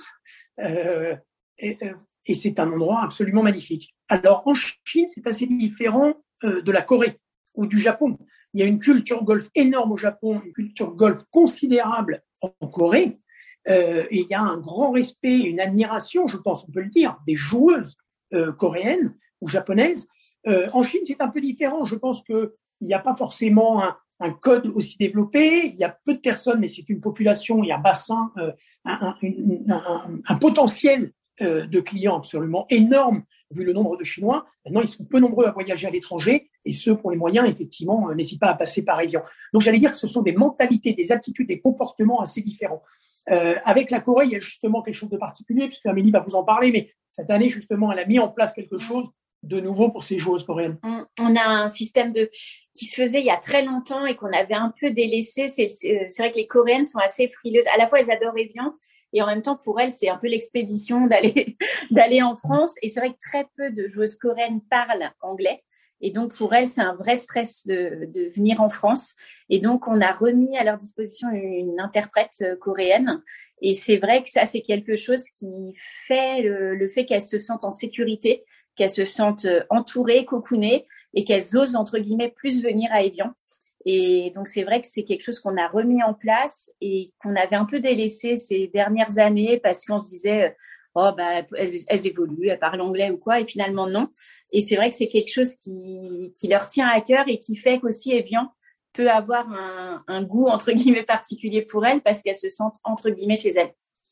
Euh, et, et c'est un endroit absolument magnifique. Alors en Chine, c'est assez différent euh, de la Corée ou du Japon. Il y a une culture golf énorme au Japon, une culture golf considérable en Corée, euh, et il y a un grand respect, une admiration, je pense, on peut le dire, des joueuses euh, coréennes ou japonaises. Euh, en Chine, c'est un peu différent. Je pense que il n'y a pas forcément un, un code aussi développé. Il y a peu de personnes, mais c'est une population, il y a un bassin, euh, un, un, un, un potentiel euh, de clients absolument énorme vu le nombre de Chinois. Maintenant, ils sont peu nombreux à voyager à l'étranger et ceux qui ont les moyens, effectivement, euh, n'hésitent pas à passer par Évian. Donc, j'allais dire que ce sont des mentalités, des attitudes, des comportements assez différents. Euh, avec la Corée, il y a justement quelque chose de particulier, puisque Amélie va vous en parler, mais cette année, justement, elle a mis en place quelque chose de nouveau pour ces joueuses coréennes. On a un système de qui se faisait il y a très longtemps et qu'on avait un peu délaissé. C'est, c'est, c'est vrai que les Coréennes sont assez frileuses. À la fois, elles adorent Évian et en même temps, pour elles, c'est un peu l'expédition d'aller d'aller en France. Et c'est vrai que très peu de joueuses coréennes parlent anglais. Et donc, pour elles, c'est un vrai stress de, de venir en France. Et donc, on a remis à leur disposition une interprète coréenne. Et c'est vrai que ça, c'est quelque chose qui fait le, le fait qu'elles se sentent en sécurité, qu'elles se sentent entourées, cocoonées et qu'elles osent, entre guillemets, plus venir à Évian. Et donc, c'est vrai que c'est quelque chose qu'on a remis en place et qu'on avait un peu délaissé ces dernières années parce qu'on se disait, oh, bah, elles, elles évoluent, elles parlent anglais ou quoi. Et finalement, non. Et c'est vrai que c'est quelque chose qui, qui leur tient à cœur et qui fait qu'aussi Évian peut avoir un, un goût, entre guillemets, particulier pour elles parce qu'elles se sentent, entre guillemets, chez elles.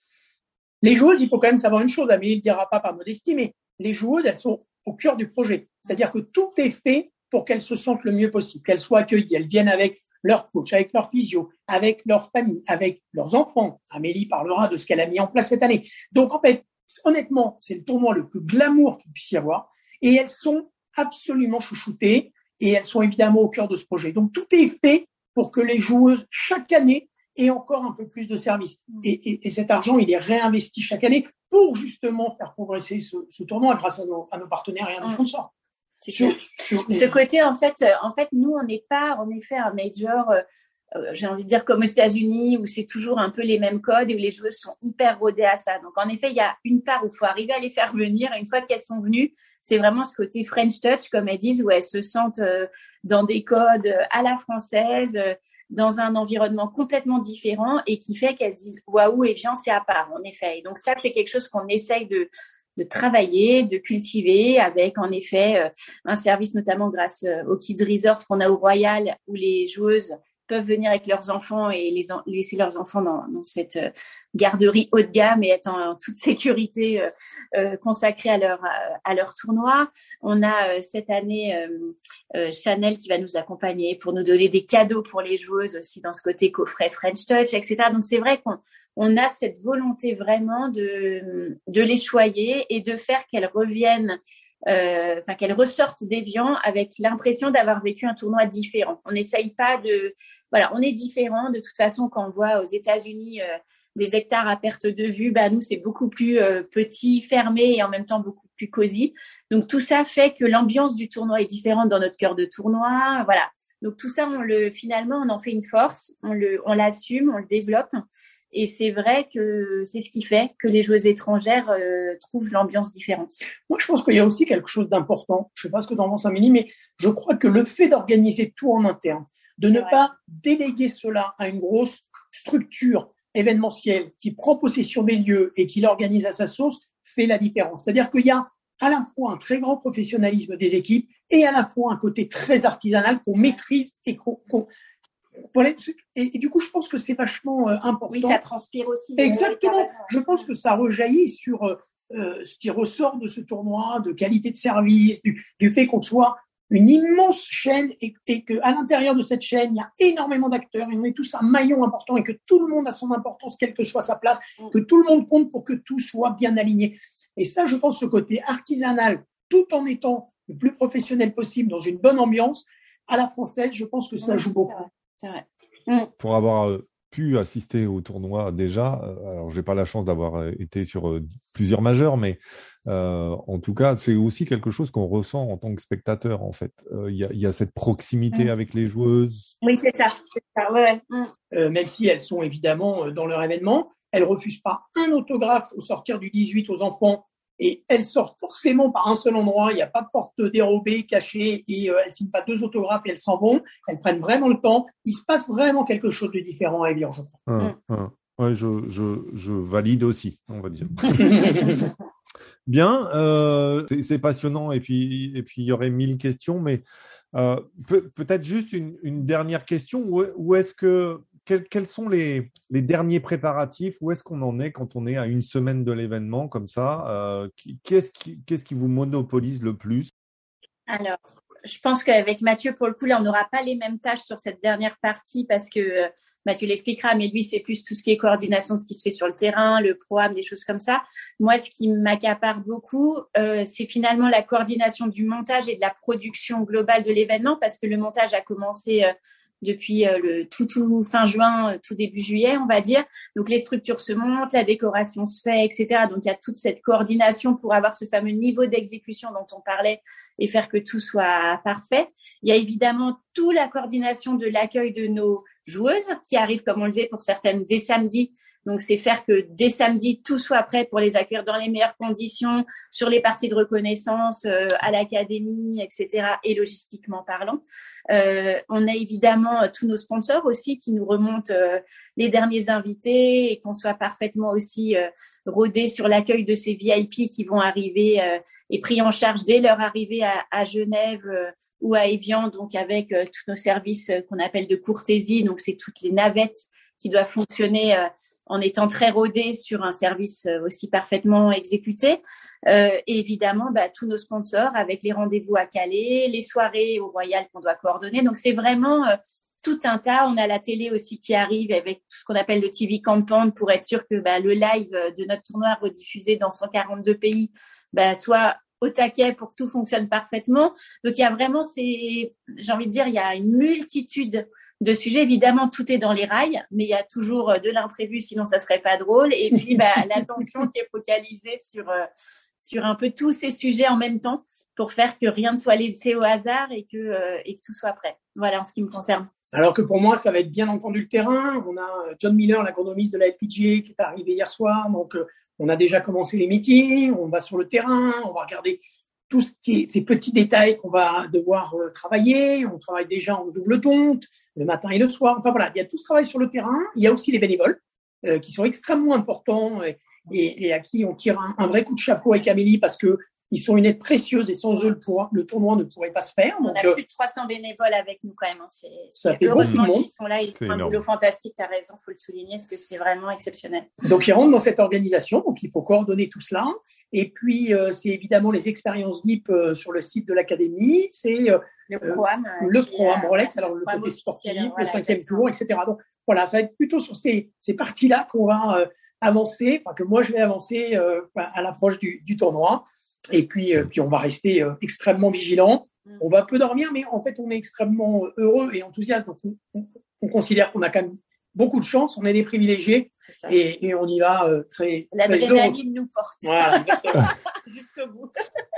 Les joueuses, il faut quand même savoir une chose, Amélie ne le dira pas par modestie, mais les joueuses, elles sont au cœur du projet. C'est-à-dire que tout est fait pour qu'elles se sentent le mieux possible, qu'elles soient accueillies. Elles viennent avec leur coach, avec leur physio, avec leur famille, avec leurs enfants. Amélie parlera de ce qu'elle a mis en place cette année. Donc, en fait, honnêtement, c'est le tournoi le plus glamour qu'il puisse y avoir. Et elles sont absolument chouchoutées et elles sont évidemment au cœur de ce projet. Donc, tout est fait pour que les joueuses, chaque année, aient encore un peu plus de services. Et, et, et cet argent, il est réinvesti chaque année pour justement faire progresser ce, ce tournoi grâce à nos, à nos partenaires et à nos sponsors. C'est sur, sur les... Ce côté, en fait, en fait, nous, on n'est pas, en effet, un major euh, euh, j'ai envie de dire comme aux États-Unis, où c'est toujours un peu les mêmes codes et où les joueuses sont hyper rodées à ça. Donc, en effet, il y a une part où il faut arriver à les faire venir. Et une fois qu'elles sont venues, c'est vraiment ce côté French touch, comme elles disent, où elles se sentent euh, dans des codes à la française, euh, dans un environnement complètement différent et qui fait qu'elles se disent « Waouh, Evian, c'est à part », en effet. Et donc, ça, c'est quelque chose qu'on essaye de de travailler, de cultiver avec en effet euh, un service notamment grâce euh, au Kids Resort qu'on a au Royal où les joueuses peuvent venir avec leurs enfants et les en- laisser leurs enfants dans, dans cette euh, garderie haut de gamme et être en, en toute sécurité euh, euh, consacrée à leur à, à leur tournoi. On a euh, cette année euh, euh, Chanel qui va nous accompagner pour nous donner des cadeaux pour les joueuses aussi dans ce côté coffret French Touch, et cetera. Donc c'est vrai qu'on on a cette volonté vraiment de de les choyer et de faire qu'elles reviennent. Euh, enfin qu'elles ressortent d'Evian avec l'impression d'avoir vécu un tournoi différent. On n'essaye pas de, voilà, on est différent. De toute façon, quand on voit aux États-Unis euh, des hectares à perte de vue, bah nous c'est beaucoup plus euh, petit, fermé et en même temps beaucoup plus cosy. Donc tout ça fait que l'ambiance du tournoi est différente dans notre cœur de tournoi. Voilà. Donc tout ça, on le finalement, on en fait une force, on le, on l'assume, on le développe. Et c'est vrai que c'est ce qui fait que les joueuses étrangères euh, trouvent l'ambiance différente. Moi, je pense qu'il y a aussi quelque chose d'important. Je ne sais pas ce que t'en penses, Amélie, mais je crois que le fait d'organiser tout en interne, de c'est ne vrai. Pas déléguer cela à une grosse structure événementielle qui prend possession des lieux et qui l'organise à sa sauce, fait la différence. C'est-à-dire qu'il y a à la fois un très grand professionnalisme des équipes et à la fois un côté très artisanal qu'on maîtrise et qu'on, qu'on Voilà, et, et du coup, je pense que c'est vachement euh, important. Oui, ça transpire aussi. Exactement. Je pense que ça rejaillit sur euh, ce qui ressort de ce tournoi, de qualité de service, du, du fait qu'on soit une immense chaîne et, et qu'à l'intérieur de cette chaîne, il y a énormément d'acteurs et on est tous un maillon important et que tout le monde a son importance, quelle que soit sa place, mm. que tout le monde compte pour que tout soit bien aligné. Et ça, je pense, ce côté artisanal, tout en étant le plus professionnel possible dans une bonne ambiance, à la française, je pense que ça joue beaucoup. C'est vrai. Mmh. Pour avoir euh, pu assister au tournoi déjà, euh, alors j'ai pas la chance d'avoir euh, été sur euh, plusieurs majeurs, mais euh, en tout cas, c'est aussi quelque chose qu'on ressent en tant que spectateur, en fait. Il euh, y, a, y a cette proximité mmh. avec les joueuses. Oui, c'est ça. C'est ça ouais. Mmh. Euh, même si elles sont évidemment dans leur événement, elles refusent pas un autographe au sortir du dix-huit aux enfants. Et elles sortent forcément par un seul endroit, il n'y a pas de porte dérobée, cachée, et euh, elles signent pas deux autographes et elles s'en vont. Elles prennent vraiment le temps. Il se passe vraiment quelque chose de différent à Evian, je crois. Hum, hum. Ouais, je, je, je valide aussi, on va dire. Bien, euh, c'est, c'est passionnant et puis et puis il y aurait mille questions, mais euh, peut, peut-être juste une, une dernière question. Où, où est-ce que Quels, quels sont les, les derniers préparatifs? Où est-ce qu'on en est quand on est à une semaine de l'événement comme ça? euh, qui, qu'est-ce, qui, qu'est-ce qui vous monopolise le plus? Alors, je pense qu'avec Mathieu, pour le coup, là, on n'aura pas les mêmes tâches sur cette dernière partie parce que euh, Mathieu l'expliquera, mais lui, c'est plus tout ce qui est coordination de ce qui se fait sur le terrain, le programme, des choses comme ça. Moi, ce qui m'accapare beaucoup, euh, c'est finalement la coordination du montage et de la production globale de l'événement parce que le montage a commencé... Euh, depuis euh, le tout, tout fin juin, euh, tout début juillet, on va dire. Donc, les structures se montent, la décoration se fait, et cetera. Donc, il y a toute cette coordination pour avoir ce fameux niveau d'exécution dont on parlait et faire que tout soit parfait. Il y a évidemment toute la coordination de l'accueil de nos joueuses qui arrivent, comme on le disait, pour certaines dès samedi. Donc, c'est faire que dès samedi, tout soit prêt pour les accueillir dans les meilleures conditions, sur les parties de reconnaissance, euh, à l'académie, et cetera, et logistiquement parlant. Euh, on a évidemment euh, tous nos sponsors aussi qui nous remontent euh, les derniers invités et qu'on soit parfaitement aussi euh, rodés sur l'accueil de ces V I P qui vont arriver euh, et pris en charge dès leur arrivée à, à Genève euh, ou à Evian, donc avec euh, tous nos services euh, qu'on appelle de courtésie. Donc, c'est toutes les navettes qui doivent fonctionner euh, en étant très rodé sur un service aussi parfaitement exécuté. Euh, et évidemment, bah, tous nos sponsors avec les rendez-vous à Calais, les soirées au Royal qu'on doit coordonner. Donc, c'est vraiment euh, tout un tas. On a la télé aussi qui arrive avec tout ce qu'on appelle le T V Compound pour être sûr que bah, le live de notre tournoi rediffusé dans cent quarante-deux pays bah, soit au taquet pour que tout fonctionne parfaitement. Donc, il y a vraiment, ces, j'ai envie de dire, il y a une multitude de sujets. Évidemment, tout est dans les rails, mais il y a toujours de l'imprévu, sinon ça serait pas drôle. Et puis, bah, l'attention qui est focalisée sur euh, sur un peu tous ces sujets en même temps pour faire que rien ne soit laissé au hasard et que euh, et que tout soit prêt. Voilà, en ce qui me concerne. Alors que pour moi, ça va être bien entendu le terrain. On a John Miller, l'agronomiste de la L P G A, qui est arrivé hier soir. Donc, euh, on a déjà commencé les meetings. On va sur le terrain. On va regarder tout ce qui est ces petits détails qu'on va devoir euh, travailler. On travaille déjà en double tonte, le matin et le soir. Enfin voilà, il y a tout ce travail sur le terrain. Il y a aussi les bénévoles euh, qui sont extrêmement importants et, et, et à qui on tire un, un vrai coup de chapeau avec Amélie parce que ils sont une aide précieuse et sans eux, le, pour, le tournoi ne pourrait pas se faire. On donc, a plus de trois cents bénévoles avec nous quand même. C'est, ça c'est fait heureusement beaucoup de monde. qu'ils sont là. Ils font un boulot fantastique. Tu as raison, il faut le souligner parce que c'est vraiment exceptionnel. Donc, ils rentrent dans cette organisation. Donc, il faut coordonner tout cela. Et puis, euh, c'est évidemment les expériences V I P euh, sur le site de l'académie. C'est euh, le programme, euh, le programme Rolex, alors le côté sportif, voilà, le cinquième exactement. tour, et cetera. Donc, voilà, ça va être plutôt sur ces, ces parties-là qu'on va euh, avancer, enfin, que moi, je vais avancer euh, à l'approche du, du tournoi. Et puis, euh, puis on va rester euh, extrêmement vigilant. Mm. On va peu dormir, mais en fait, on est extrêmement heureux et enthousiaste. Donc, on, on, on considère qu'on a quand même beaucoup de chance. On est des privilégiés et, et on y va euh, très, très heureux. L'adrénaline nous porte. Voilà, jusqu'au bout.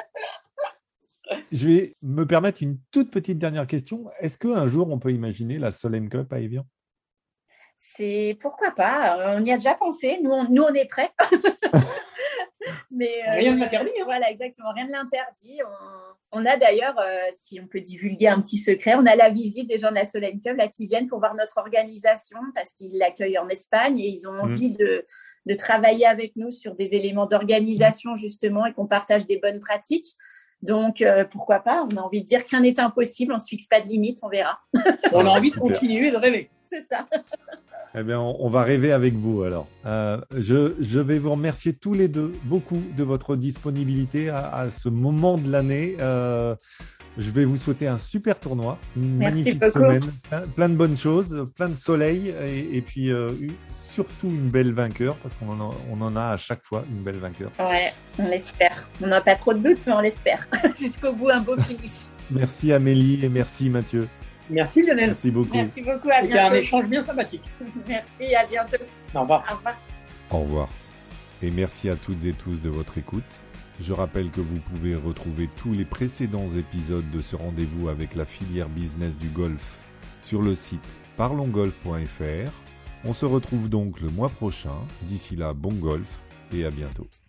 Je vais me permettre une toute petite dernière question. Est-ce qu'un jour, on peut imaginer la Solheim Cup à Évian ? C'est pourquoi pas. On y a déjà pensé. Nous, on, nous, on est prêts. Mais, rien euh, ne l'interdit. Hein. Voilà, exactement. Rien ne l'interdit. On, on a d'ailleurs, euh, si on peut divulguer un petit secret, on a la visite des gens de la Solheim Cup là, qui viennent pour voir notre organisation parce qu'ils l'accueillent en Espagne et ils ont envie mmh. de, de travailler avec nous sur des éléments d'organisation justement et qu'on partage des bonnes pratiques. Donc, euh, pourquoi pas. On a envie de dire qu'un n'est impossible. On ne se fixe pas de limite. On verra. On a envie de continuer de rêver. C'est ça. Eh bien, on, on va rêver avec vous alors. Euh, je, je vais vous remercier tous les deux beaucoup de votre disponibilité à, à ce moment de l'année. Euh, je vais vous souhaiter un super tournoi, une Merci magnifique beaucoup. semaine, plein, plein de bonnes choses, plein de soleil et, et puis euh, surtout une belle vainqueur parce qu'on en a, on en a à chaque fois une belle vainqueur. Ouais, on l'espère. On n'a pas trop de doutes, mais on l'espère. Jusqu'au bout, un beau finish. Merci Amélie et merci Mathieu. Merci Lionel. Merci beaucoup. Merci beaucoup, à bientôt. C'était un échange bien sympathique. Merci, à bientôt. Au revoir. Au revoir. Au revoir. Et merci à toutes et tous de votre écoute. Je rappelle que vous pouvez retrouver tous les précédents épisodes de ce rendez-vous avec la filière business du golf sur le site parlons golf point f r. On se retrouve donc le mois prochain. D'ici là, bon golf et à bientôt.